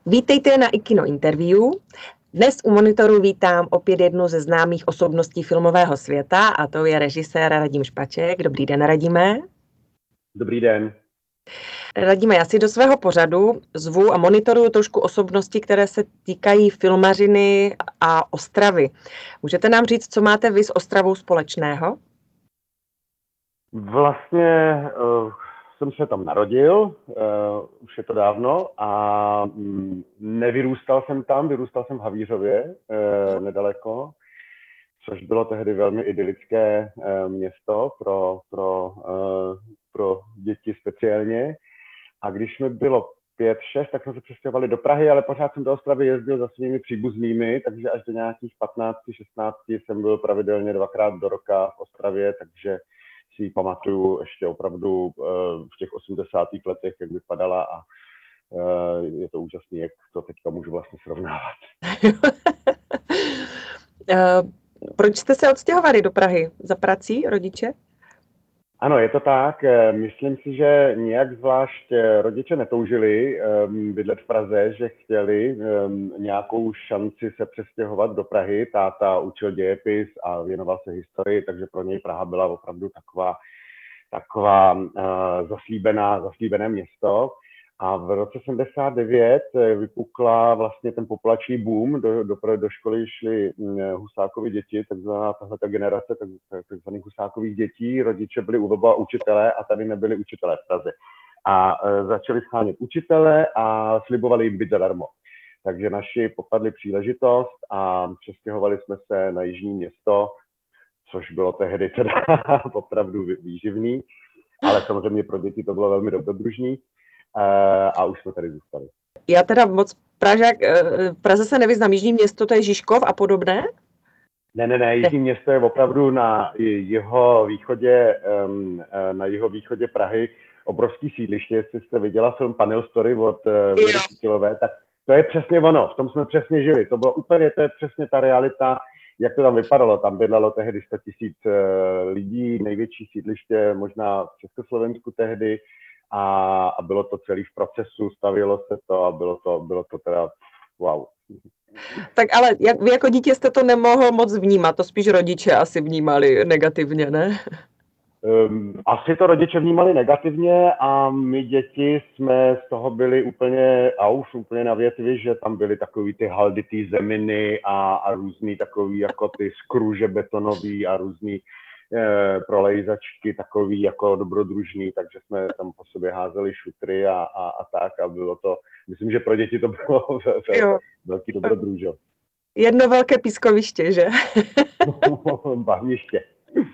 Vítejte na iKino Interview. Dnes u monitoru vítám opět jednu ze známých osobností filmového světa a to je režisér Radim Špaček. Dobrý den, Radime. Dobrý den. Radime, já si do svého pořadu zvu a monitoruju trošku osobnosti, které se týkají filmařiny a Ostravy. Můžete nám říct, co máte vy s Ostravou společného? Vlastně jsem se tam narodil, už je to dávno a nevyrůstal jsem tam, vyrůstal jsem v Havířově nedaleko, což bylo tehdy velmi idylické město pro děti speciálně. A když mi bylo 5-6, tak jsme se přestěhovali do Prahy, ale pořád jsem do Ostravy jezdil za svými příbuznými, takže až do nějakých 15-16 jsem byl pravidelně 2krát do roka v Ostravě, takže si ji pamatuju ještě opravdu v těch 80. letech, jak vypadala a je to úžasné, jak to teďka můžu vlastně srovnávat. Proč jste se odstěhovali do Prahy? Za prací rodiče? Ano, je to tak. Myslím si, že nějak zvlášť rodiče netoužili bydlet v Praze, že chtěli nějakou šanci se přestěhovat do Prahy. Táta učil dějepis a věnoval se historii, takže pro něj Praha byla opravdu taková zaslíbené město. A v roce 79 vypukla vlastně ten populační boom, do školy šly Husákovy děti, tahleta generace takzvaných Husákových dětí, rodiče byli u oba učitelé a tady nebyli učitelé v Praze. A začali schánět učitele a slibovali jim byt zadarmo. Takže naši popadli příležitost a přestěhovali jsme se na jižní město, což bylo tehdy teda opravdu výživný, ale samozřejmě pro děti to bylo velmi dobrodružný. A už jsme tady zůstali. Já teda moc Pražák, v Praze se nevyznám, jižní město, to je Žižkov a podobné? Ne, jižní město je opravdu na jihovýchodě Prahy, obrovský sídliště, jestli jste viděla film Panel Story od Věry Chytilové, tak to je přesně ono, v tom jsme přesně žili, to je přesně ta realita, jak to tam vypadalo, tam bydlelo tehdy 100 000 lidí, největší sídliště možná v Československu tehdy, a bylo to celý v procesu, stavělo se to a bylo to teda wow. Tak ale vy jako dítě jste to nemohl moc vnímat, to spíš rodiče asi vnímali negativně, ne? Asi to rodiče vnímali negativně a my děti jsme z toho byli úplně na větvi, že tam byly takový ty halditý zeminy a různý takový jako ty skruže betonový a různý prolejzačky takový jako dobrodružný, takže jsme tam po sobě házeli šutry a tak a bylo to, myslím, že pro děti to bylo velký dobrodružo. Jedno velké pískoviště, že? Bahniště.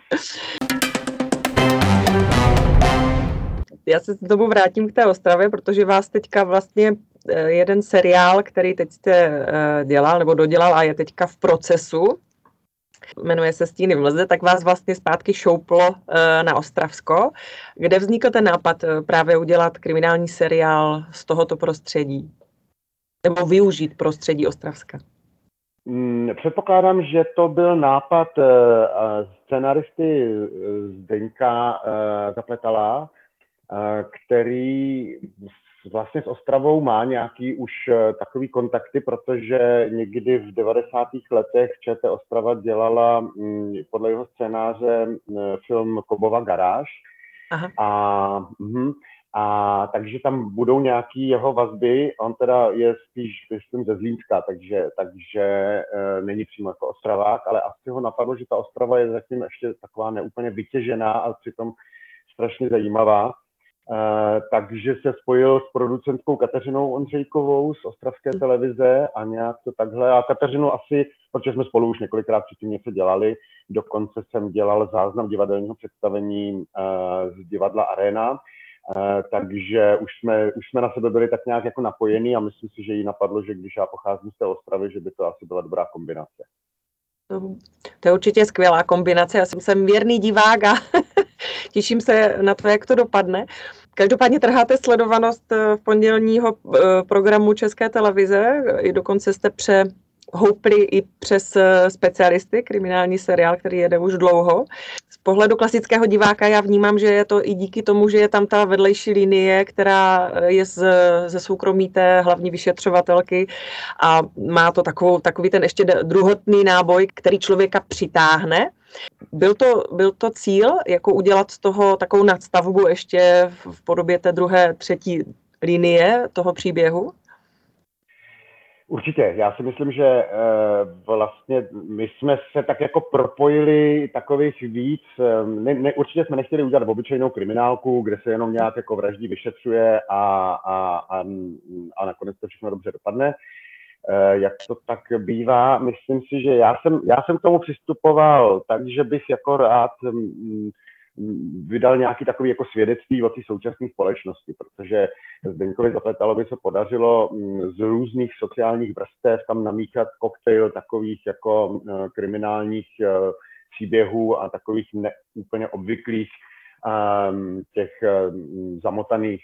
Já se znovu vrátím k té Ostravě, protože vás teďka vlastně jeden seriál, který teď jste dělal nebo dodělal a je teďka v procesu, jmenuje se Stíny v mlze, tak vás vlastně zpátky šouplo na Ostravsko, kde vznikl ten nápad právě udělat kriminální seriál z tohoto prostředí, nebo využít prostředí Ostravska. Předpokládám, že to byl nápad scenaristy Zdeňka Zapletala, který vlastně s Ostravou má nějaký už takový kontakty, protože někdy v 90. letech ČT Ostrava dělala podle jeho scénáře film Kobova garáž. A takže tam budou nějaký jeho vazby, on teda je spíš, myslím, ze Zlínska, takže není přímo jako Ostravák, ale asi ho napadlo, že ta Ostrava je zatím ještě taková neúplně vytěžená a přitom strašně zajímavá. Takže se spojil s producentkou Kateřinou Ondřejkovou z ostravské televize a nějak to takhle. A Kateřinu asi, protože jsme spolu už několikrát předtím něco dělali, dokonce jsem dělal záznam divadelního představení z divadla Arena, takže už jsme na sebe byli tak nějak jako napojení a myslím si, že jí napadlo, že když já pocházím z té Ostravy, že by to asi byla dobrá kombinace. To je určitě skvělá kombinace, já jsem věrný divák a těším se na to, jak to dopadne. Každopádně trháte sledovanost v pondělního programu České televize, i dokonce jste houpli i přes specialisty, kriminální seriál, který jede už dlouho. Z pohledu klasického diváka já vnímám, že je to i díky tomu, že je tam ta vedlejší linie, která je ze soukromí té hlavní vyšetřovatelky a má to takový ten ještě druhotný náboj, který člověka přitáhne. Byl to cíl, jako udělat z toho takovou nadstavbu ještě v podobě té druhé, třetí linie toho příběhu? Určitě. Já si myslím, že vlastně my jsme se tak jako propojili takových víc. Určitě jsme nechtěli udělat obyčejnou kriminálku, kde se jenom nějak jako vraždí vyšetřuje a nakonec to všechno dobře dopadne. Jak to tak bývá, myslím si, že já jsem k tomu přistupoval tak, že bych jako rád vydal nějaký takový jako svědectví o té současné společnosti, protože Zdeňkovi Zapletalovi se podařilo z různých sociálních vrstev tam namíchat koktejl takových jako kriminálních příběhů a takových neúplně obvyklých těch zamotaných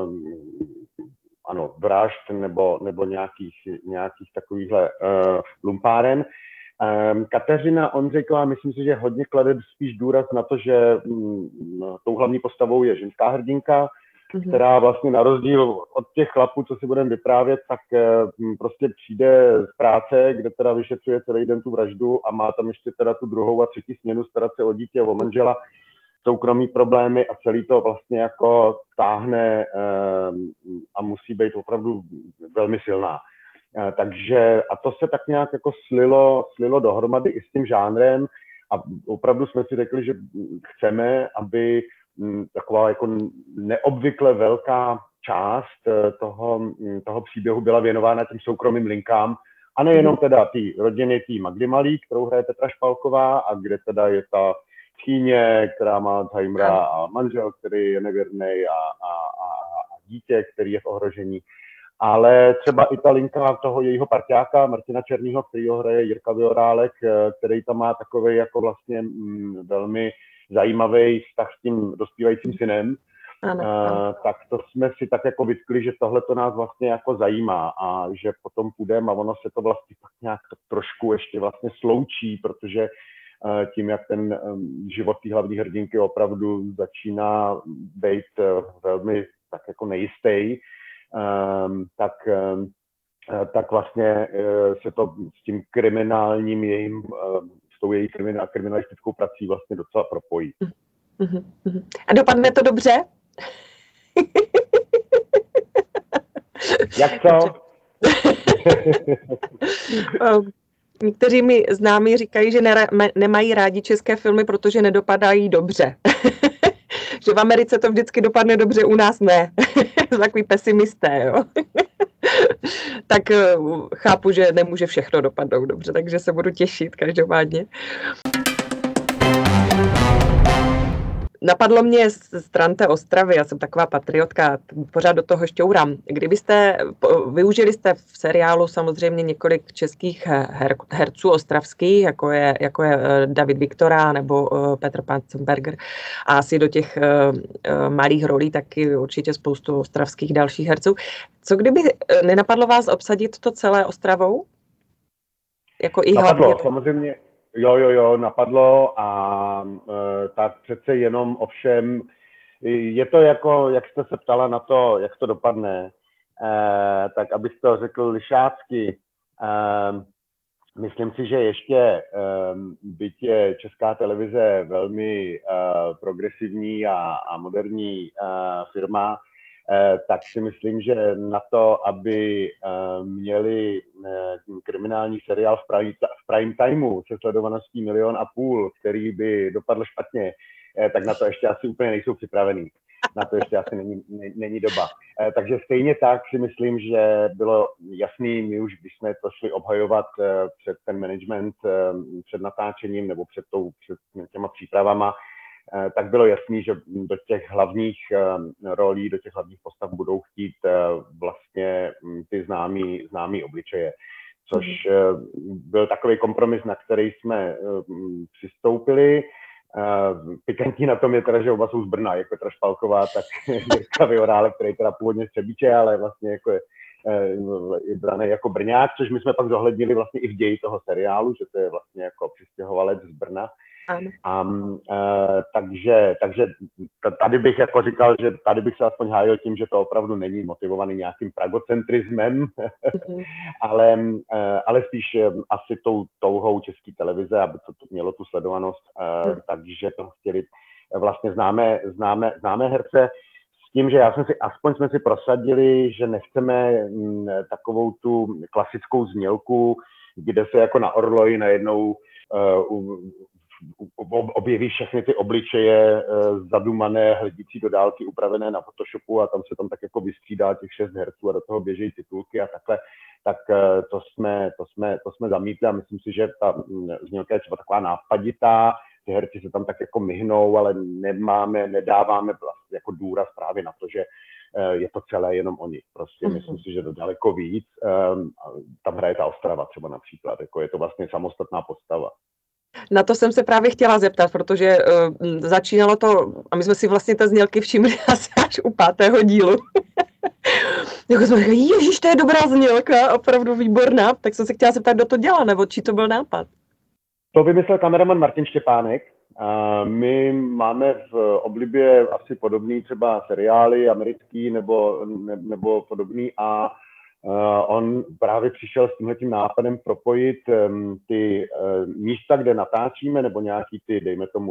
vražd nebo nějakých takovýchhle lumpáren. Kateřina Ondřejková, myslím si, že hodně klade spíš důraz na to, že tou hlavní postavou je ženská hrdinka, která vlastně na rozdíl od těch chlapů, co si budeme vyprávět, tak prostě přijde z práce, kde teda vyšetřuje celý den tu vraždu a má tam ještě teda tu druhou a třetí směnu starat se o dítě, o manžela, soukromí problémy a celý to vlastně jako táhne a musí být opravdu velmi silná. Takže a to se tak nějak jako slilo dohromady i s tím žánrem a opravdu jsme si řekli, že chceme, aby taková jako neobvykle velká část toho příběhu byla věnována těm soukromým linkám a nejenom teda té rodiny té Magdy Malý, kterou hraje Petra Špalková a kde teda je ta tchýně, která má Alzheimera a manžel, který je nevěrný a dítě, který je v ohrožení. Ale třeba i ta linka toho jejího parťáka, Martina Černýho, který ho hraje Jirka Viorálek, který tam má takový jako vlastně velmi zajímavý vztah s tím dospívajícím synem. Ano. Tak to jsme si tak jako vytkli, že tohle to nás vlastně jako zajímá a že potom půjdeme a ono se to vlastně tak nějak trošku ještě vlastně sloučí, protože tím, jak ten život té hlavní hrdinky opravdu začíná být velmi tak jako nejistý, tak vlastně se to s tím kriminálním s tou její kriminalistickou prací vlastně docela propojí. A dopadne to dobře? Jak co? Někteří mi známí říkají, že nemají rádi české filmy, protože nedopadají dobře. Že v Americe to vždycky dopadne dobře, u nás ne. Takový pesimisté, jo. Tak chápu, že nemůže všechno dopadnout dobře, takže se budu těšit každopádně. Napadlo mě stran té Ostravy, já jsem taková patriotka, pořád do toho šťourám. Využili jste v seriálu samozřejmě několik českých herců ostravských, jako je David Viktora nebo Petr Panzenberger a asi do těch malých rolí taky určitě spoustu ostravských dalších herců. Co kdyby nenapadlo vás obsadit to celé Ostravou? Jako i napadlo, samozřejmě. Jo, napadlo a tak přece jenom ovšem, je to jako, jak jste se ptala na to, jak to dopadne, tak abych to řekl lišácky, myslím si, že ještě, byť je Česká televize velmi progresivní a moderní firma, tak si myslím, že na to, aby měli kriminální seriál v prime timeu se sledovaností 1,5 milionu, který by dopadl špatně, tak na to ještě asi úplně nejsou připravený. Na to ještě asi není doba. Takže stejně tak si myslím, že bylo jasný, my už když jsme to šli obhajovat před ten management, před natáčením nebo před těma přípravama, tak bylo jasný, že do těch hlavních rolí, do těch hlavních postav budou chtít vlastně ty známý obličeje. Což byl takový kompromis, na který jsme přistoupili. Pikantní na tom je teda, že oba jsou z Brna, jak Petra Špalková, tak Jirka Viorálek, který teda původně z Třebíče, ale vlastně jako je je braný jako Brňák, což my jsme pak zohlednili vlastně i v ději toho seriálu, že to je vlastně jako přistěhovalec z Brna. Ano. Takže tady bych jako říkal, že tady bych se aspoň hájil tím, že to opravdu není motivovaný nějakým pragocentrismem, ale spíš asi tou touhou České televize, aby to mělo tu sledovanost, takže to chtěli vlastně známé herce, s tím, že aspoň jsme si prosadili, že nechceme takovou tu klasickou znělku, kde se jako na orloji najednou objeví všechny ty obličeje zadumané, hledící do dálky, upravené na Photoshopu a tam se tam tak jako vystřídá těch 6 herců a do toho běžejí titulky a takhle, tak to jsme zamítli a myslím si, že ta znělka je třeba taková nápaditá, ty herci se tam tak jako myhnou, ale nedáváme vlastně jako důraz právě na to, že je to celé jenom o nich. Prostě myslím si, že to daleko víc. Tam hraje ta Ostrava třeba například, jako je to vlastně samostatná postava. Na to jsem se právě chtěla zeptat, protože začínalo to, a my jsme si vlastně ty znělky všimli asi až u 5. dílu. Jako jsme řekli, ježiš, to je dobrá znělka, opravdu výborná, tak jsem se chtěla zeptat, kdo to dělal, nebo čí to byl nápad? To vymyslel kameraman Martin Štěpánek. My máme v oblibě asi podobný třeba seriály americký nebo podobný a on právě přišel s tímhletím nápadem propojit ty místa, kde natáčíme, nebo nějaký ty, dejme tomu,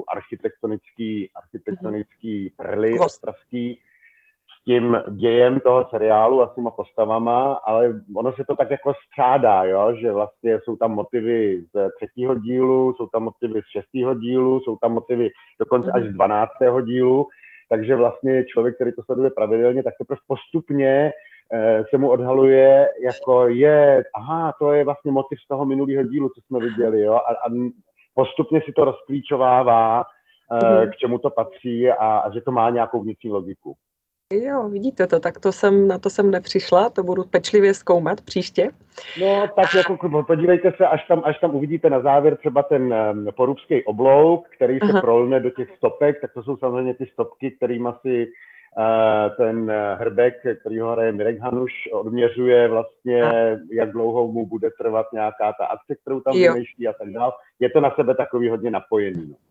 architektonický perly ostravský, s tím dějem toho seriálu a s těma postavama, ale ono se to tak jako střádá, jo? Že vlastně jsou tam motivy z 3. dílu, jsou tam motivy z 6. dílu, jsou tam motivy dokonce až z 12. dílu, takže vlastně člověk, který to sleduje pravidelně, tak teprve postupně se mu odhaluje, jako to je vlastně motiv z toho minulého dílu, co jsme viděli, jo? A postupně si to rozklíčovává, k čemu to patří a že to má nějakou vnitřní logiku. Jo, vidíte to, tak na to jsem nepřišla, to budu pečlivě zkoumat příště. No, tak jako podívejte se, až tam uvidíte na závěr třeba ten porubský oblouk, který se prolne do těch stopek, tak to jsou samozřejmě ty stopky, kterým asi ten Hrbek, který ho hraje Mirek Hanuš, odměřuje vlastně, jak dlouho mu bude trvat nějaká ta akce, kterou tam vymýšlí a tak dále. Je to na sebe takový hodně napojený. No.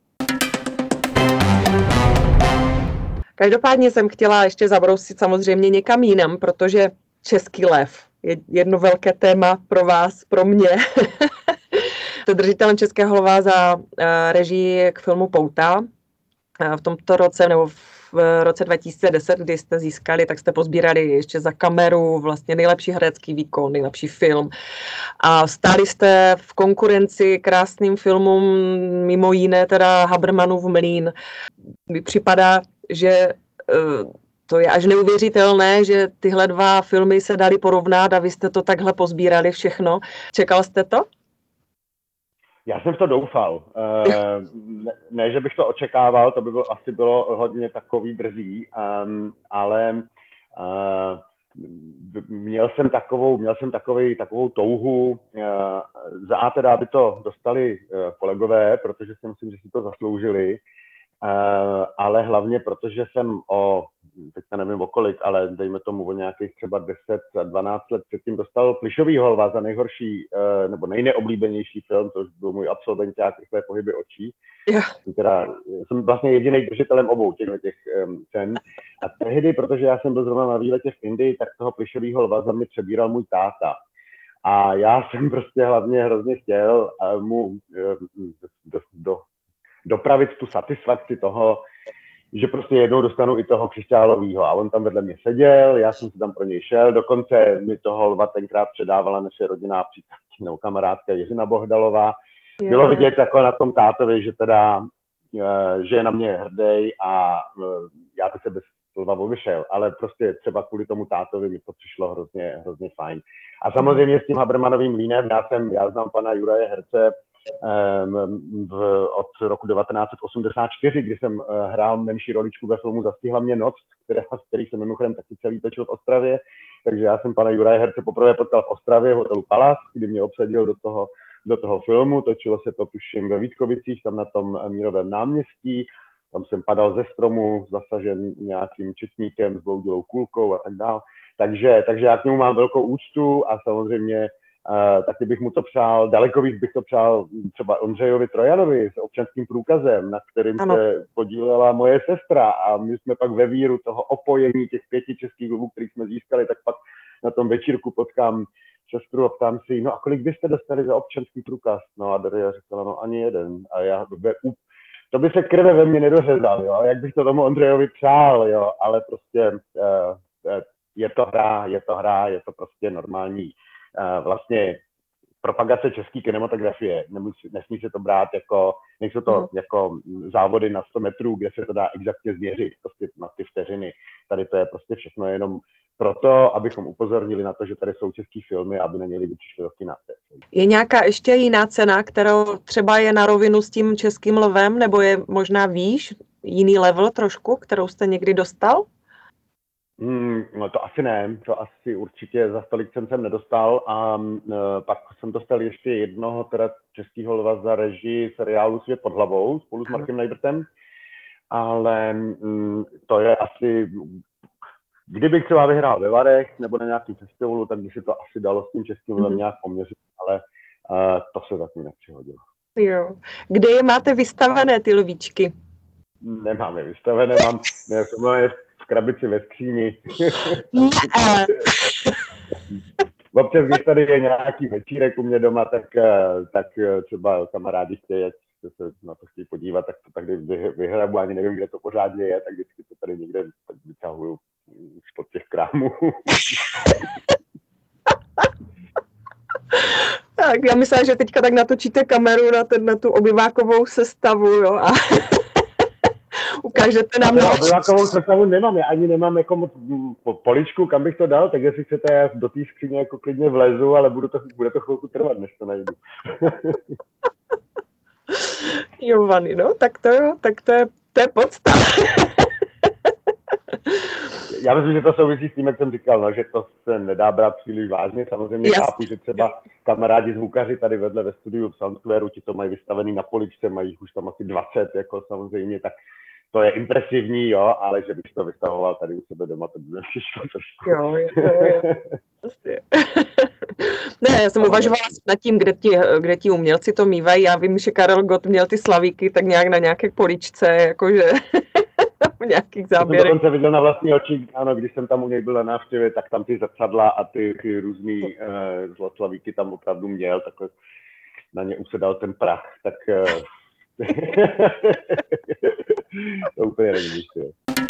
Každopádně jsem chtěla ještě zabrousit samozřejmě někam jinam, protože Český lev je jedno velké téma pro vás, pro mě. Jste držitelem Českého lva za režii k filmu Pouta. V tomto roce, nebo v roce 2010, kdy jste získali, tak jste pozbírali ještě za kameru vlastně nejlepší herecký výkon, nejlepší film. A stáli jste v konkurenci krásným filmům, mimo jiné teda Habermanův Mlýn. Mi připadá, že to je až neuvěřitelné, že tyhle 2 filmy se dali porovnat a vy jste to takhle pozbírali všechno. Čekal jste to? Já jsem v to doufal. Ne, že bych to očekával, to by asi bylo hodně takový drzý, ale měl jsem takovou touhu teda, aby to dostali kolegové, protože si myslím, že si to zasloužili, ale hlavně protože jsem teďka nevím o kolik, ale dejme tomu o nějakých třeba 10-12 let předtím dostal Plišovýho lva za nejhorší nebo nejneoblíbenější film, což byl můj absolventák Rychlé pohyby očí. Jsem vlastně jediný držitelem obou těch cen. A tehdy, protože já jsem byl zrovna na výletě v Indii, tak toho Plišovýho lva za mě přebíral můj táta. A já jsem prostě hlavně hrozně chtěl mu dopravit tu satisfakci toho, že prostě jednou dostanu i toho křišťálovýho. A on tam vedle mě seděl, já jsem si tam pro něj šel, dokonce mi toho lva tenkrát předávala naše rodinná přítelkyně nebo kamarádka Jiřina Bohdalová. Bylo vidět jako na tom tátovi, že je na mě hrdý a já bych se bez lva obyšel, ale prostě třeba kvůli tomu tátovi mi to přišlo hrozně fajn. A samozřejmě s tím Habermanovým Mlýnem, já znám pana Juraje Herce od roku 1984, kdy jsem hrál menší roličku ve filmu Zastihla mě noc, který jsem mimochodem taky celý točil v Ostravě, takže já jsem pana Juraje Herce poprvé potkal v Ostravě v hotelu Palace, kdy mě obsadil do toho filmu, točilo se to tuším ve Vítkovicích, tam na tom Mírovém náměstí. tam jsem padal ze stromu, zasažen nějakým četníkem, zbloudilou kulkou a tak dále. Takže já k němu mám velkou úctu a samozřejmě taky bych mu to přál, daleko víc bych to přál třeba Ondřejovi Trojanovi s občanským průkazem, na kterým se podílela moje sestra a my jsme pak ve víru toho opojení těch 5 českých klubů, kterých jsme získali, tak pak na tom večírku potkám sestru a ptám si, no a kolik byste dostali za občanský průkaz? No a Daria říkala, no ani jeden. A já, to by se krve ve mně nedořezal, jo, jak bych to tomu Ondřejovi přál, jo, ale prostě je to hra, je to prostě normální vlastně propagace české kinematografie. Nesmí se to brát jako, nejsou to jako závody na 100 metrů, kde se to dá exaktně změřit prostě na ty vteřiny. Tady to je prostě všechno jenom proto, abychom upozornili na to, že tady jsou český filmy, aby na ně lidi přišli do kina. Je nějaká ještě jiná cena, kterou třeba je na rovinu s tím Českým lvem, nebo je možná výš, jiný level trošku, kterou jste někdy dostal? No to asi ne, to asi určitě za stolik jsem nedostal a pak jsem dostal ještě jednoho teda Českého lva za režii seriálu Svět pod hlavou spolu s Markem Najbrtem, ale to je asi, kdybych třeba vyhrál ve Varech nebo na nějakém festivalu, tak by si to asi dalo s tím Českým lvem nějak poměřit, ale to se zatím nepřihodilo. Jo. Kde je máte vystavené ty lvíčky? Nemáme vystavené, mám v krabici ve skříni. Občas, když tady je nějaký večírek u mě doma, tak třeba kamarádi chtějí, ať se na to chtějí podívat, tak to tady vyhrabu, ani nevím, kde to pořádně je, tak vždycky to tady někde vytahuju spod těch krámů. Tak, já myslím, že teďka tak natočíte kameru na tu obyvákovou sestavu, jo, a ukážete nám... Obyvákovou sestavu nemám, já ani nemám jako moc poličku, kam bych to dal, tak jestli chcete, já do té skříně jako klidně vlezu, ale bude to chvilku trvat, než to najdu. Jo, Vany, no, tak to je podsta. Já myslím, že to souvisí s tím, jak jsem říkal, no, že to se nedá brát příliš vážně. Samozřejmě chápu, že třeba kamarádi zvukaři tady vedle ve studiu v Soundwareu, ti to mají vystavený na poličce, mají už tam asi 20, jako samozřejmě, tak to je impresivní, jo, ale že bych to vystavoval tady u sebe doma, to by mě přišlo trošku. Jo. Ne, já jsem uvažovala nad tím, kde ti umělci to mývají. Já vím, že Karel Gott měl ty slavíky tak nějak na nějaké poličce, jakože v nějakých záběrech. To jsem dokonce viděl na vlastní oči, ano, když jsem tam u něj byl na návštěvě, tak tam ty zrcadla a ty různý zlaslavíky tam opravdu měl, takhle na ně usedal ten prach, tak to úplně není místě.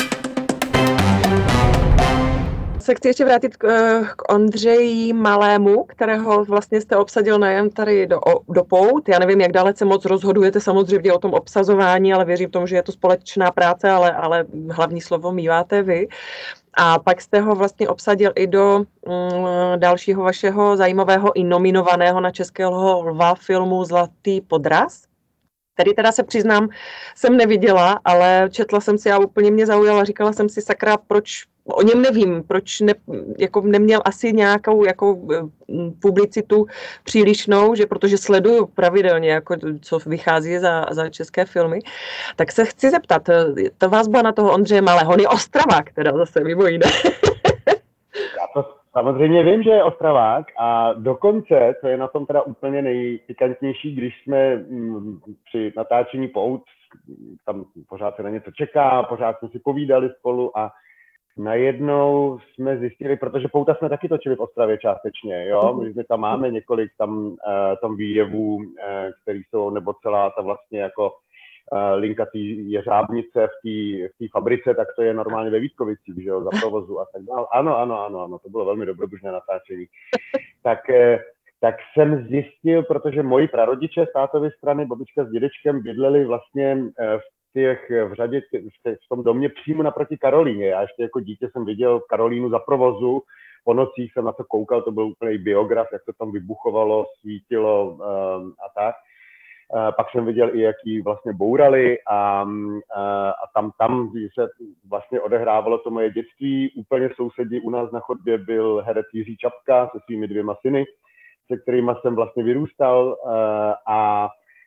Se chci ještě vrátit k Ondřeji Malému, kterého vlastně jste obsadil nejen tady do Pout. Já nevím, jak dalece moc rozhodujete samozřejmě o tom obsazování, ale věřím tomu, že je to společná práce, ale hlavní slovo míváte vy. A pak jste ho vlastně obsadil i do dalšího vašeho zajímavého i nominovaného na Českého lva filmu Zlatý podraz. Tady teda se přiznám, jsem neviděla, ale četla jsem si a úplně mě zaujala. Říkala jsem si, sakra, proč o něm nevím, proč jako neměl asi nějakou jako publicitu přílišnou, že protože sleduju pravidelně, jako co vychází za české filmy. Tak se chci zeptat, ta vazba na toho Ondřeje Malého, on je Ostravák teda zase, mimo jiné. Já to samozřejmě vím, že je Ostravák a dokonce, co je na tom teda úplně nejpikantnější, když jsme při natáčení Pout, tam pořád se na něco čeká, pořád jsme si povídali spolu a najednou jsme zjistili, protože Pouta jsme taky točili v Ostravě částečně, jo, my jsme tam máme několik tam výjevů, které jsou, nebo celá ta vlastně jako linka té jeřábnice v té fabrice, tak to je normálně ve Vítkovicích, že jo, za provozu a tak dále. Ano, to bylo velmi dobrodružné natáčení. Tak jsem zjistil, protože moji prarodiče z tátovy strany, babička s dědečkem, bydleli vlastně v řadě, v tom domě přímo naproti Karolíně. Já ještě jako dítě jsem viděl Karolínu za provozu, po nocích jsem na to koukal, to byl úplný biograf, jak to tam vybuchovalo, svítilo a tak. Pak jsem viděl i, jak ji vlastně bourali a tam se vlastně odehrávalo to moje dětství. Úplně sousedí u nás na chodbě byl herec Jiří Čapka se svými 2 syny, se kterými jsem vlastně vyrůstal a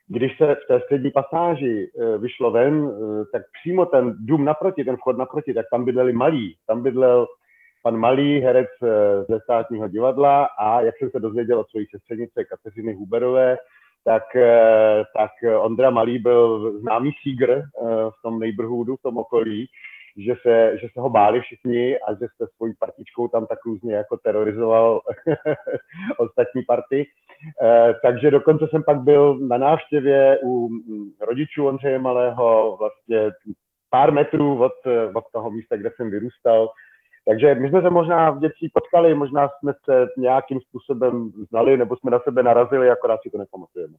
když se v té střední pasáži vyšlo ven, tak přímo ten dům naproti, ten vchod naproti, tak tam bydleli Malí. Tam bydlel pan Malý, herec ze Státního divadla, a jak jsem se dozvěděl od své sestřenice Kateřiny Huberové, tak Ondra Malý byl známý sígr v tom neighborhoodu, v tom okolí, že se ho báli všichni a že se svojí partičkou tam tak různě jako terorizoval ostatní party. Takže dokonce jsem pak byl na návštěvě u rodičů Ondřeje Malého, vlastně pár metrů od toho místa, kde jsem vyrůstal. Takže my jsme se možná v dětství potkali, možná jsme se nějakým způsobem znali, nebo jsme na sebe narazili, akorát si to nepamatujeme.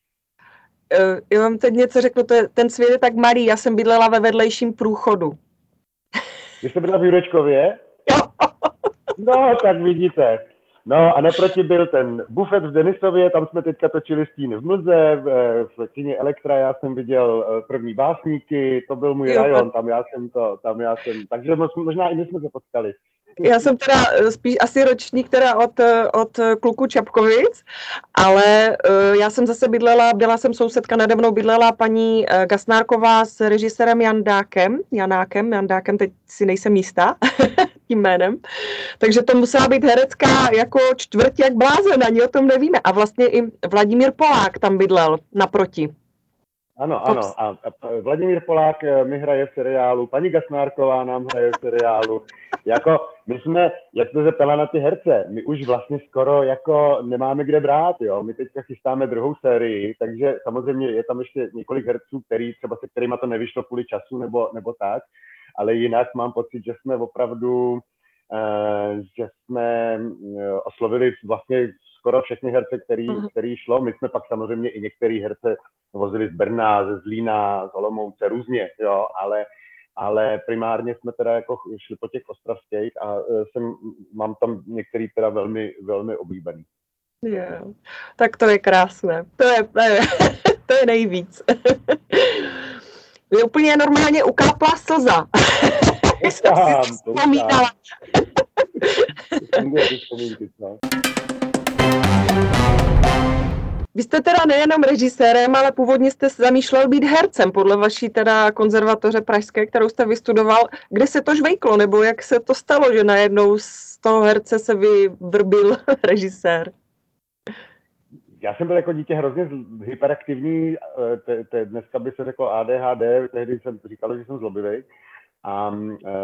Já vám teď něco řeknu, ten svět je tak malý, já jsem bydlela ve vedlejším průchodu. Vy jste byla v Jurečkově? Jo. No, tak vidíte. No a naproti byl ten bufet v Denisově, tam jsme teďka točili Stíny v mlze, v kině Elektra já jsem viděl první básníky, to byl můj rajon, tam já jsem, takže možná i my jsme se potkali. Já jsem teda spíš asi ročník teda od kluku Čapkovic, ale já jsem zase byla jsem sousedka, nade mnou bydlela paní Gasnárková s režisérem Jandákem, teď si nejsem jistá tím jménem, takže to musela být herecká jako čtvrť jak blázen, ani o tom nevíme. A vlastně i Vladimír Polák tam bydlel naproti. Ano. A Vladimír Polák mi hraje v seriálu, paní Gasnárková nám hraje v seriálu. Jako my jsme, jak jste se ptala na ty herce, my už vlastně skoro jako nemáme kde brát, jo. My teďka chystáme druhou sérii, takže samozřejmě je tam ještě několik herců, se kterýma to nevyšlo kvůli času nebo tak, ale jinak mám pocit, že jsme opravdu, že jsme oslovili vlastně skoro všechny herce, který šlo. My jsme pak samozřejmě i některé herce vozili z Brna, ze Zlína, z Olomouce, různě, jo, ale primárně jsme teda jako šli po těch ostravských a mám tam některý teda velmi, velmi oblíbený. Yeah. Tak to je krásné. To je nejvíc. Je úplně normálně ukápla slza. Vy jste teda nejenom režisérem, ale původně jste zamýšlel být hercem podle vaší teda konzervatoře pražské, kterou jste vystudoval. Kde se to žvejklo, nebo jak se to stalo, že najednou z toho herce se vyvrbil režisér? Já jsem byl jako dítě hrozně hyperaktivní, dneska by se řeklo ADHD, tehdy jsem říkal, že jsem zlobivý. A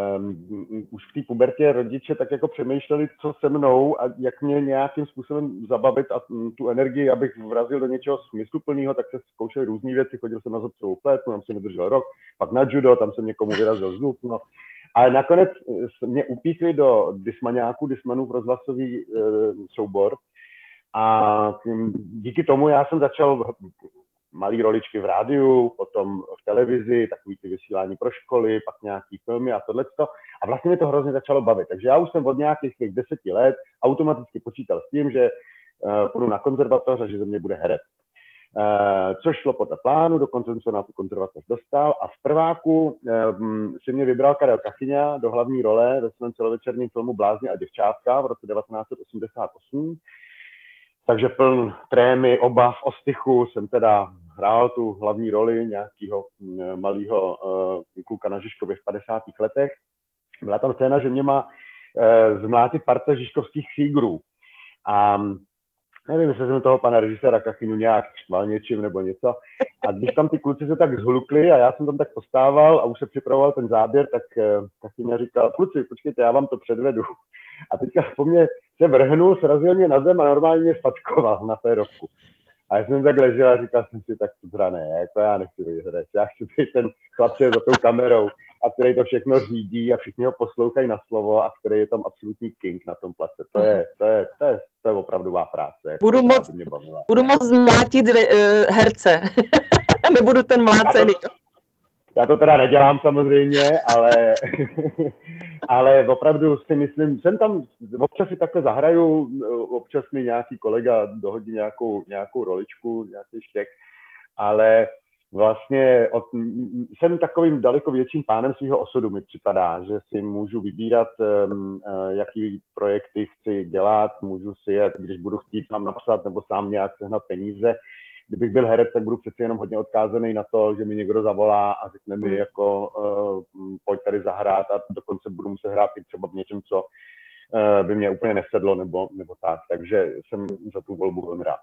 už v té pubertě rodiče tak jako přemýšleli, co se mnou a jak mě nějakým způsobem zabavit a tu energii, abych vrazil do něčeho smysluplného, tak se zkoušeli různé věci, chodil jsem na zobcovou plétnu, tam jsem nedržel rok, pak na judo, tam jsem někomu vyrazil zub, no. Ale nakonec mě upíchli do Dismanův rozhlasový soubor a díky tomu já jsem začal malý roličky v rádiu, potom v televizi, takový ty vysílání pro školy, pak nějaký filmy a tohleto. A vlastně mě to hrozně začalo bavit. Takže já už jsem od nějakých těch 10 let automaticky počítal s tím, že půjdu na konzervatoř a že ze mě bude herec. Což šlo podle plánu, dokonce jsem se na tu konzervatoř dostal a v prváku si mě vybral Karel Kachyňa do hlavní role ve svém celovečerním filmu Blázni a děvčátka v roce 1988. Takže pln trémy, obav, ostychu jsem teda hrál tu hlavní roli nějakého malého kluka na Žižkově v 50. letech. Byla tam scéna, že mě má zmlátit parta žižkovských sígrů. A nevím, jestli jsem toho pana režiséra Kachyňu nějak štval něčím nebo něco. A když tam ty kluci se tak zhlukli a já jsem tam tak postával a už se připravoval ten záběr, tak Kachyňa říkal, kluci, počkejte, já vám to předvedu. A teďka po mně se vrhnul, srazil mě na zem a normálně mě spatkoval na férovku. A já jsem tak ležel a říkal jsem si, tak to ne, jako já nechci být herec, já chci být ten chlapče za tou kamerou, a který to všechno řídí a všichni ho poslouchají na slovo a který je tam absolutní king na tom place. To je opravdová práce. Budu moc mlátit herce. Nebudu ten mlácený. Já to teda nedělám samozřejmě, ale opravdu si myslím, jsem tam, občas si takhle zahraju, občas mi nějaký kolega dohodí nějakou roličku, nějaký štěk, ale vlastně jsem takovým daleko větším pánem svého osudu, mi připadá, že si můžu vybírat, jaký projekty chci dělat, můžu si je, když budu chtít sám napsat nebo sám nějak sehnat peníze, kdybych byl herec, tak budu přece jenom hodně odkázaný na to, že mi někdo zavolá a řekne mi jako pojď tady zahrát a dokonce budu muset hrát i třeba v něčem, co by mě úplně nesedlo nebo tak. Takže jsem za tu volbu velmi rád.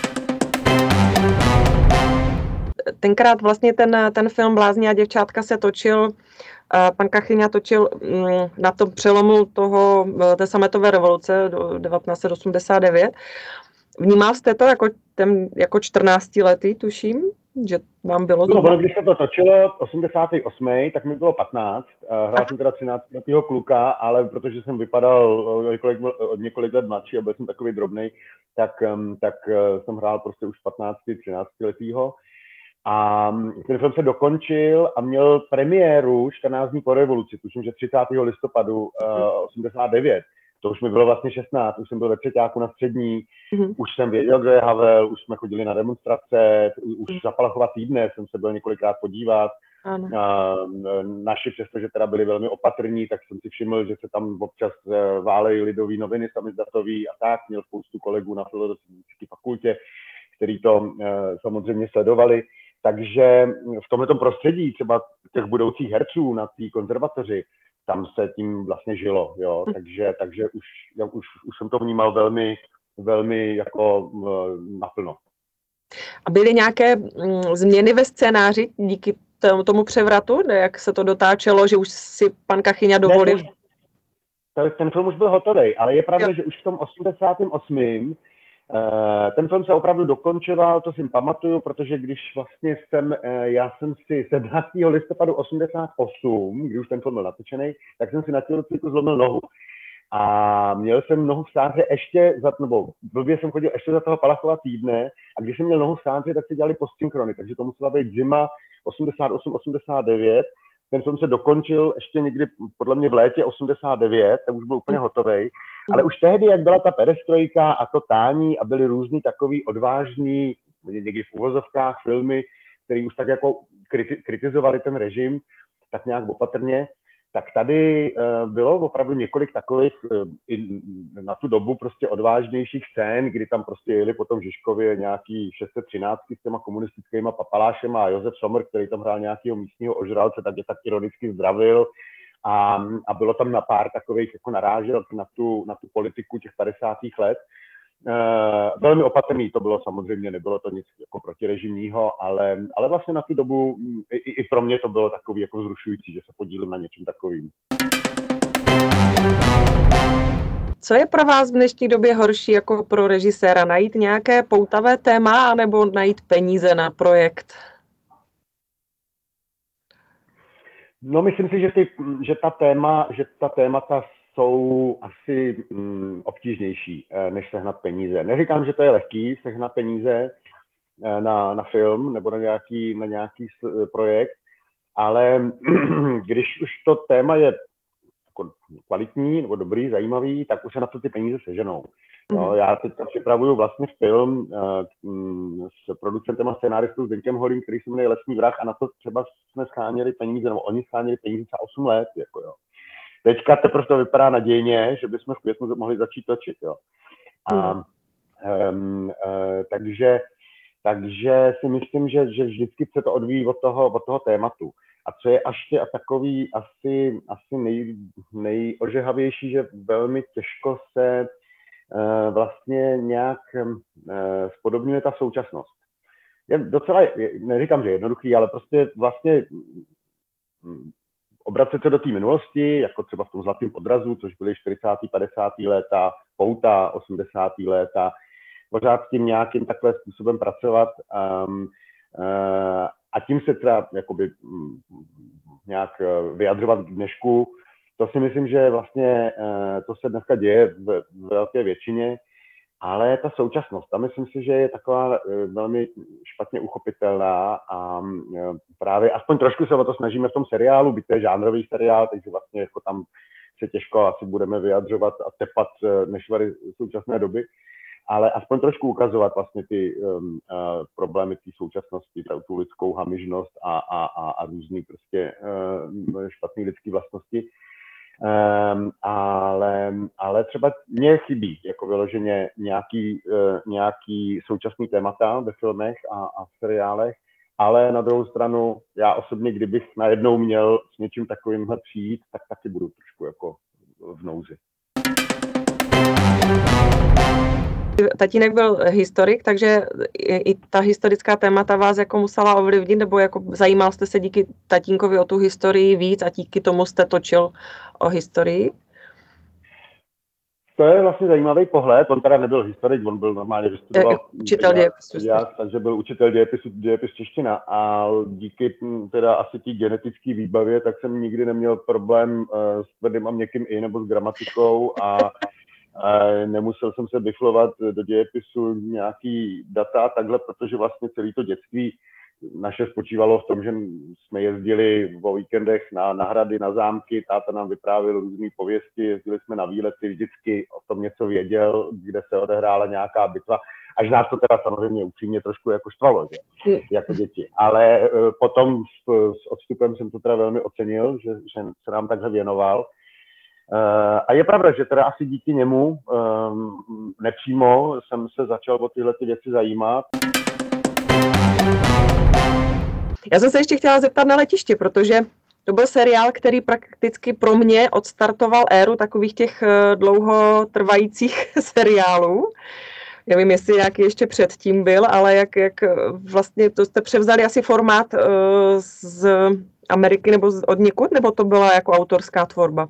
Tenkrát vlastně ten film Blázni a děvčátka se točil, pan Kachyňa točil na tom přelomu té sametové revoluce do 1989. Vnímal jste to jako 14letý, tuším, že vám bylo zhruba? Když se to točilo 88, tak mi bylo 15. Hrál jsem teda 13letýho kluka, ale protože jsem vypadal několik let mladší a byl jsem takový drobnej, tak jsem hrál prostě už 15, 13letýho. A ten film se dokončil a měl premiéru 14 dní po revoluci, tuším, že 30. listopadu 89. To už mi bylo vlastně 16, už jsem byl ve třeťáku na střední, už jsem věděl, kdo je Havel, už jsme chodili na demonstrace, už za Palachova týdne jsem se byl několikrát podívat. Naši, přestože teda byli velmi opatrní, tak jsem si všiml, že se tam občas válejí Lidový noviny samizdatový a tak. Měl spoustu kolegů na filozofické fakultě, který to samozřejmě sledovali. Takže v tomto prostředí třeba těch budoucích herců na té konzervatoři, tam se tím vlastně žilo, jo. Takže už jsem to vnímal velmi, velmi jako naplno. A byly nějaké změny ve scénáři díky tomu převratu, jak se to dotáčelo, že už si pan Kachyňa dovolil? Ten film už byl hotový, ale je pravda, že už v tom 88. Ten film se opravdu dokončoval, to si pamatuju, protože když vlastně já jsem si 17. listopadu 88, když už ten film byl natočený, tak jsem si na tělocviku zlomil nohu. A měl jsem nohu v sádře blbě jsem chodil ještě za toho Palachova týdne a když jsem měl nohu v sádře, tak si dělali postsynchrony, takže to musela být zima 88-89. Ten film se dokončil ještě někdy podle mě v létě 89, ten už byl úplně hotovej. Ale už tehdy, jak byla ta perestrojka a to tání a byly různý takový odvážný, někdy v uvozovkách filmy, který už tak jako kritizovali ten režim, tak nějak opatrně, tak tady bylo opravdu několik takových na tu dobu prostě odvážnějších scén, kdy tam prostě jeli potom Žižkově nějaký 613 s těma komunistickýma papalášema a Josef Sommer, který tam hrál nějakého místního ožralce, tak je tak ironicky zdravil a bylo tam na pár takových jako narážel na tu politiku těch 50. let. Velmi opatrný to bylo samozřejmě, nebylo to nic jako protirežimního, ale vlastně na tu dobu i pro mě to bylo takový jako vzrušující, že se podílím na něčem takovým. Co je pro vás v dnešní době horší jako pro režiséra? Najít nějaké poutavé téma anebo najít peníze na projekt? No, myslím si, že ta témata jsou asi obtížnější, než sehnat peníze. Neříkám, že to je lehký sehnat peníze na film nebo na nějaký projekt, ale když už to téma je kvalitní nebo dobrý, zajímavý, tak už se na to ty peníze seženou. No, já teď připravuju vlastně film s producentem a scénáristou Zdeňkem Holým, který se jmenuje Lesní vrah a na to třeba jsme scháněli peníze, nebo oni scháněli peníze za 8 let, jako jo. Teďka teprve to vypadá nadějně, že bychom v květnu mohli začít točit, jo. Takže si myslím, že vždycky se to odvíjí od toho tématu. A co je ještě takový asi nejožehavější, že velmi těžko se vlastně nějak spodobňuje ta současnost. Je docela, neříkám, že jednoduchý, ale prostě vlastně obracet se do té minulosti, jako třeba v tom Zlatém odrazu, což byly 40. 50. léta, Pouta 80. léta, pořád s tím nějakým takhle způsobem pracovat a tím se třeba jakoby nějak vyjadřovat k dnešku. To si myslím, že vlastně to se dneska děje v velké většině, ale ta současnost, tam myslím si, že je taková velmi špatně uchopitelná a právě aspoň trošku se o to snažíme v tom seriálu, byť to je žánrový seriál, takže vlastně jako tam se těžko asi budeme vyjadřovat a tepat nešvary současné doby, ale aspoň trošku ukazovat vlastně ty problémy té současnosti, tu lidskou hamižnost a různý prostě špatný lidský vlastnosti. Ale třeba mně chybí jako vyloženě nějaký současný témata ve filmech a v seriálech, ale na druhou stranu já osobně, kdybych najednou měl s něčím takovýmhle přijít, tak taky budu trošku jako v nouzi. Tatínek byl historik, takže i ta historická témata vás jako musela ovlivnit, nebo jako zajímal jste se díky tatínkovi o tu historii víc a díky tomu jste točil o historii? To je vlastně zajímavý pohled. On teda nebyl historik, on byl normálně vystudoval učitel dějepisu. Takže byl učitel dějepis čeština a díky teda asi té genetické výbavě, tak jsem nikdy neměl problém s tvrdým a měkkým i nebo s gramatikou a nemusel jsem se biflovat do dějepisu nějaký data a takhle, protože vlastně celé to dětství naše spočívalo v tom, že jsme jezdili o víkendech na hrady, na zámky, táta nám vyprávěl různé pověsti, jezdili jsme na výlety, vždycky o tom něco věděl, kde se odehrála nějaká bitva, až nás to teda samozřejmě upřímně trošku jako štvalo, že? Jako děti. Ale potom s odstupem jsem to teda velmi ocenil, že se nám takhle věnoval. A je pravda, že teda asi díky němu nepřímo jsem se začal o tyhle ty věci zajímat. Já jsem se ještě chtěla zeptat na Letiště, protože to byl seriál, který prakticky pro mě odstartoval éru takových těch dlouhotrvajících seriálů. Nevím, jestli nějaký ještě předtím byl, ale jak vlastně to jste převzali asi formát z Ameriky nebo od někud, nebo to byla jako autorská tvorba?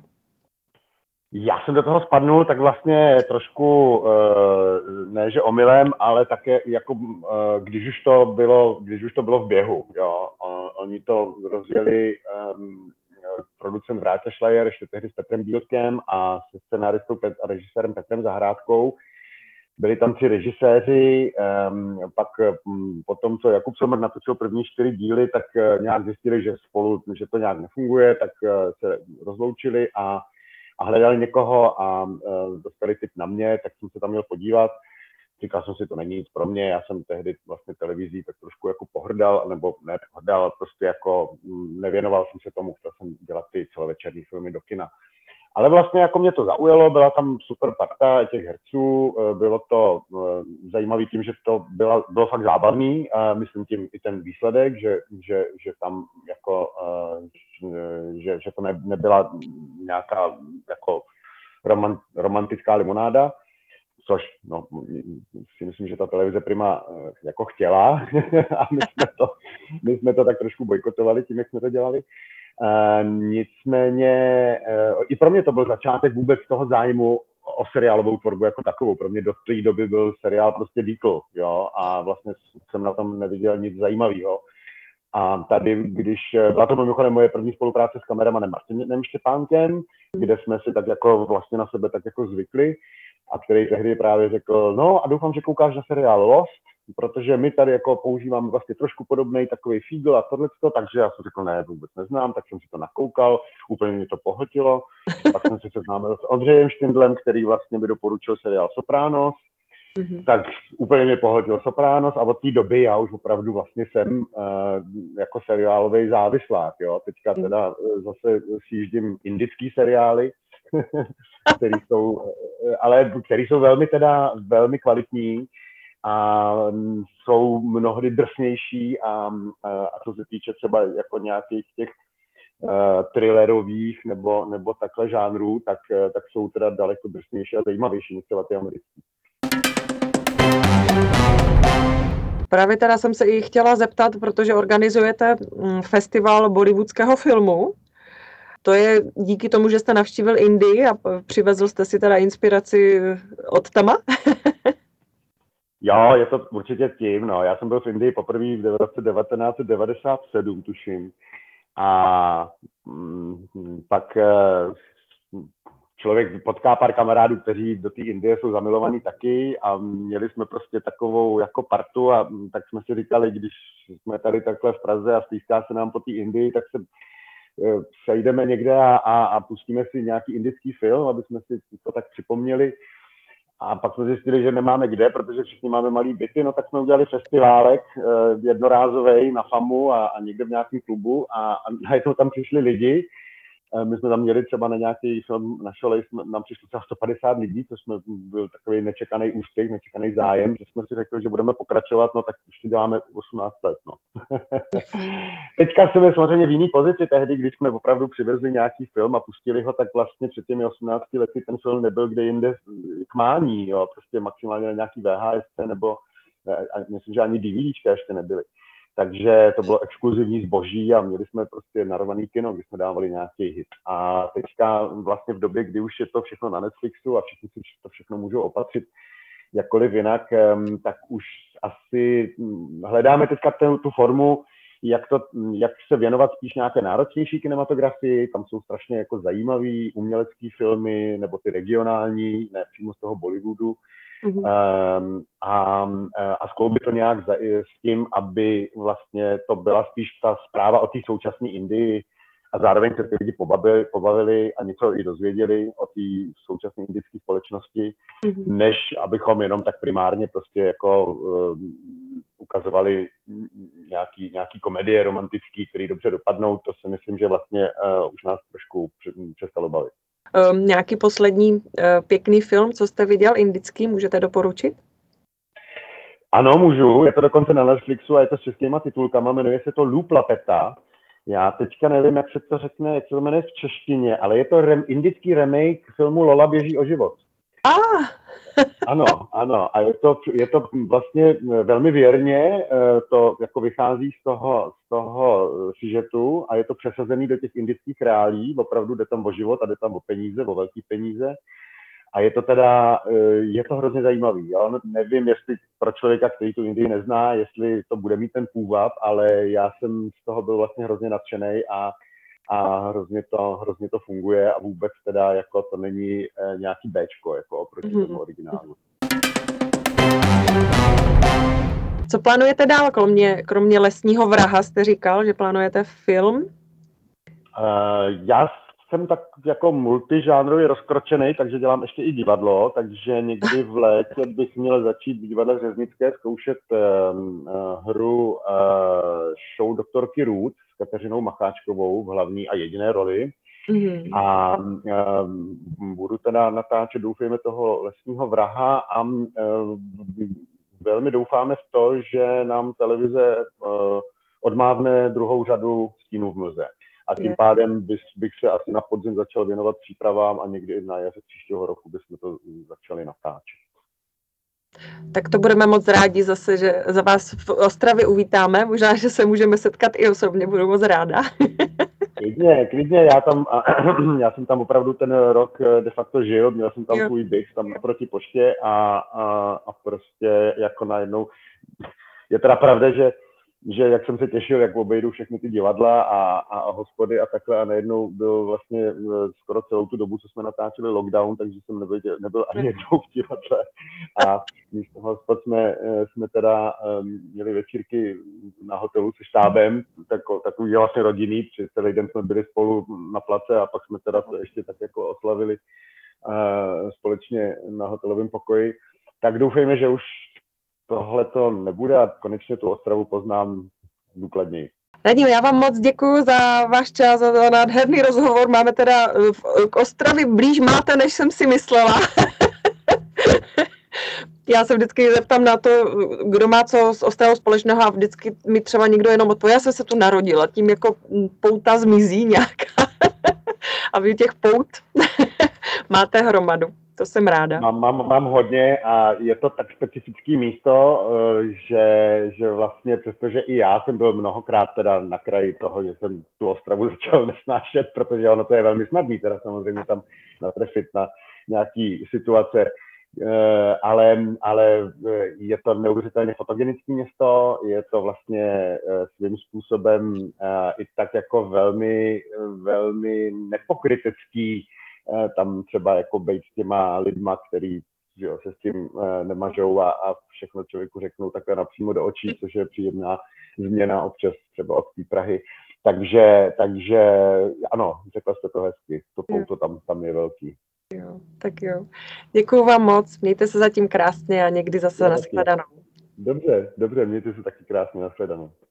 Já jsem do toho spadnul tak vlastně trošku, ne že omylem, ale také jako, když už to bylo v běhu. Jo. Oni to rozjeli producent Vráťa Šlajer, ještě tehdy s Petrem Bílkem a se scenáristou a režisérem Petrem Zahrádkou. Byli tam 3 režiséři, pak po tom, co Jakub Sommer natočil první 4 díly, tak nějak zjistili, že to nějak nefunguje, tak se rozloučili a hledali někoho a dostali tip na mě, tak jsem se tam měl podívat. Říkal jsem si, to není nic pro mě, já jsem tehdy vlastně televizí tak trošku jako pohrdal, nebo ne pohrdal, ale prostě jako nevěnoval jsem se tomu, chtěl jsem dělat ty celovečerní filmy do kina. Ale vlastně jako mě to zaujalo, byla tam super parta těch herců, bylo to zajímavé tím, že to bylo fakt zábavný, myslím tím i ten výsledek, že tam jako, že to nebyla nějaká jako romantická limonáda, což no, si myslím, že ta televize Prima jako chtěla a my jsme to tak trošku bojkotovali tím, jak jsme to dělali. Nicméně i pro mě to byl začátek vůbec toho zájmu o seriálovou tvorbu jako takovou. Pro mě do té doby byl seriál prostě výkl, jo, a vlastně jsem na tom neviděl nic zajímavého. A tady, byla to mimochodem moje první spolupráce s kameramanem Martinem Štěpánkem, kde jsme si tak jako vlastně na sebe tak jako zvykli a který tehdy právě řekl, no a doufám, že koukáš na seriál Lost, protože my tady jako používáme vlastně trošku podobný takový fígl a tohleto, takže já jsem řekl, ne, vůbec neznám, tak jsem si to nakoukal, úplně mě to pohltilo, pak jsem se seznámil s Ondřejem Štindlem, který vlastně mi doporučil seriál Sopranos, tak úplně mě pohltil Sopranos a od té doby já už opravdu vlastně jsem jako seriálový závislák, jo, teďka teda zase sjíždím indický seriály, který jsou velmi kvalitní a jsou mnohdy drsnější a co se týče třeba jako nějakých těch thrillerových nebo takhle žánrů, tak jsou teda daleko drsnější a zajímavější než třeba ty americký. Právě teda jsem se i chtěla zeptat, protože organizujete festival bollywoodského filmu. To je díky tomu, že jste navštívil Indii a přivezl jste si teda inspiraci od tama? Jo, je to určitě tím, no. Já jsem byl v Indii poprvé v roce 1997, tuším. A pak člověk potká pár kamarádů, kteří do té Indie jsou zamilovaní taky a měli jsme prostě takovou jako partu a tak jsme si říkali, když jsme tady takhle v Praze a stýská se nám po té Indii, tak se sejdeme někde a pustíme si nějaký indický film, aby jsme si to tak připomněli. A pak jsme zjistili, že nemáme kde, protože všichni máme malý byty, no tak jsme udělali festiválek jednorázovej na FAMu a někde v nějakém klubu a najednou tam přišli lidi My jsme tam měli třeba na nějaký film, na šole nám přišlo třeba 150 lidí, což byl takový nečekaný úspěch, nečekaný zájem, že jsme si řekli, že budeme pokračovat, no tak už si děláme 18 let. No. Teďka jsme samozřejmě v jiný pozici tehdy, když jsme opravdu přivezli nějaký film a pustili ho, tak vlastně před těmi 18 lety ten film nebyl kde jinde k mání, jo, prostě maximálně na nějaký VHS nebo myslím, že ani DVDčka ještě nebyly. Takže to bylo exkluzivní zboží a měli jsme prostě narvaný kino, kdy jsme dávali nějaký hit. A teďka vlastně v době, kdy už je to všechno na Netflixu a všichni si to všechno můžou opatřit jakkoliv jinak, tak už asi hledáme teďka tu formu, jak se věnovat spíš nějaké náročnější kinematografii, tam jsou strašně jako zajímavý umělecký filmy, nebo ty regionální, ne přímo z toho Bollywoodu, a skloubit to nějak s tím, aby vlastně to byla spíš ta zpráva o té současné Indii a zároveň se ty lidi pobavili a něco i dozvěděli o té současné indické společnosti, než abychom jenom tak primárně prostě jako ukazovali nějaký komedie romantický, který dobře dopadnou. To si myslím, že vlastně už nás trošku přestalo bavit. Nějaký poslední pěkný film, co jste viděl, indický, můžete doporučit? Ano, můžu. Je to dokonce na Netflixu a je to s českýma titulkama. Jmenuje se to Loop Lapeta. Já teďka nevím, jak se to řekne, jak se to jmenuje v češtině, ale je to indický remake filmu Lola běží o život. Ano. A je to vlastně velmi věrně, to jako vychází z toho sižetu a je to přesazený do těch indických reálí, opravdu jde tam o život a jde tam o peníze, o velký peníze. A je to hrozně zajímavý. Jo? Nevím, jestli pro člověka, který tu Indii nezná, jestli to bude mít ten půvab, ale já jsem z toho byl vlastně hrozně nadšenej a hrozně to funguje a vůbec teda jako to není nějaký béčko jako oproti tomu originálu. Co plánujete dál, kromě Lesního vraha, jste říkal, že plánujete film? Já jsem tak jako multižánrově rozkročený, takže dělám ještě i divadlo, takže někdy v létě bych měl začít v divadle Řeznické zkoušet hru show doktorky Ruth s Kateřinou Macháčkovou v hlavní a jediné roli. A budu teda natáčet, doufejme, toho Lesního vraha a velmi doufáme v to, že nám televize odmávne druhou řadu Stínů v mlze. A tím pádem bych se asi na podzim začal věnovat přípravám a někdy na jaře příštího roku bychom to začali natáčet. Tak to budeme moc rádi zase, že za vás v Ostravě uvítáme. Možná, že se můžeme setkat i osobně, budu moc ráda. Klidně, já jsem tam opravdu ten rok de facto žil, měl jsem tam svůj byt tam naproti poště a prostě jako najednou je teda pravda, že jak jsem se těšil, jak obejdu všechny ty divadla a hospody a takhle a najednou byl vlastně skoro celou tu dobu, co jsme natáčeli lockdown, takže jsem nebyl ani jednou v divadle a místo hospod jsme teda měli večírky na hotelu se štábem, takový vlastně rodinný, celý den jsme byli spolu na place a pak jsme teda to ještě tak jako oslavili společně na hotelovém pokoji. Tak doufejme, že už tohle to nebude a konečně tu Ostravu poznám důkladněji. Radim, já vám moc děkuji za váš čas, za nádherný rozhovor. Máme teda k Ostravě blíž máte, než jsem si myslela. Já se vždycky zeptám na to, kdo má co s Ostravou společného a vždycky mi třeba někdo jenom odpoví, já jsem se tu narodila, tím jako pouta zmizí nějaká. A vy těch pout máte hromadu. To jsem ráda. Mám hodně a je to tak specifické místo, že vlastně, přestože i já jsem byl mnohokrát teda na kraji toho, že jsem tu Ostravu začal nesnášet, protože ono to je velmi snadný teda samozřejmě tam natrefit na nějaký situace, ale je to neuvěřitelně fotogenické město, je to vlastně svým způsobem i tak jako velmi, velmi nepokrytecký, tam třeba jako bejt s těma lidma, který se s tím nemažou a všechno člověku řeknou takhle napřímo do očí, což je příjemná změna občas třeba od té Prahy. Takže ano, řekla jste to hezky, to pouto tam je velký. Jo, tak jo. Děkuju vám moc, mějte se zatím krásně a někdy zase nashledanou. Dobře, mějte se taky krásně, nashledanou.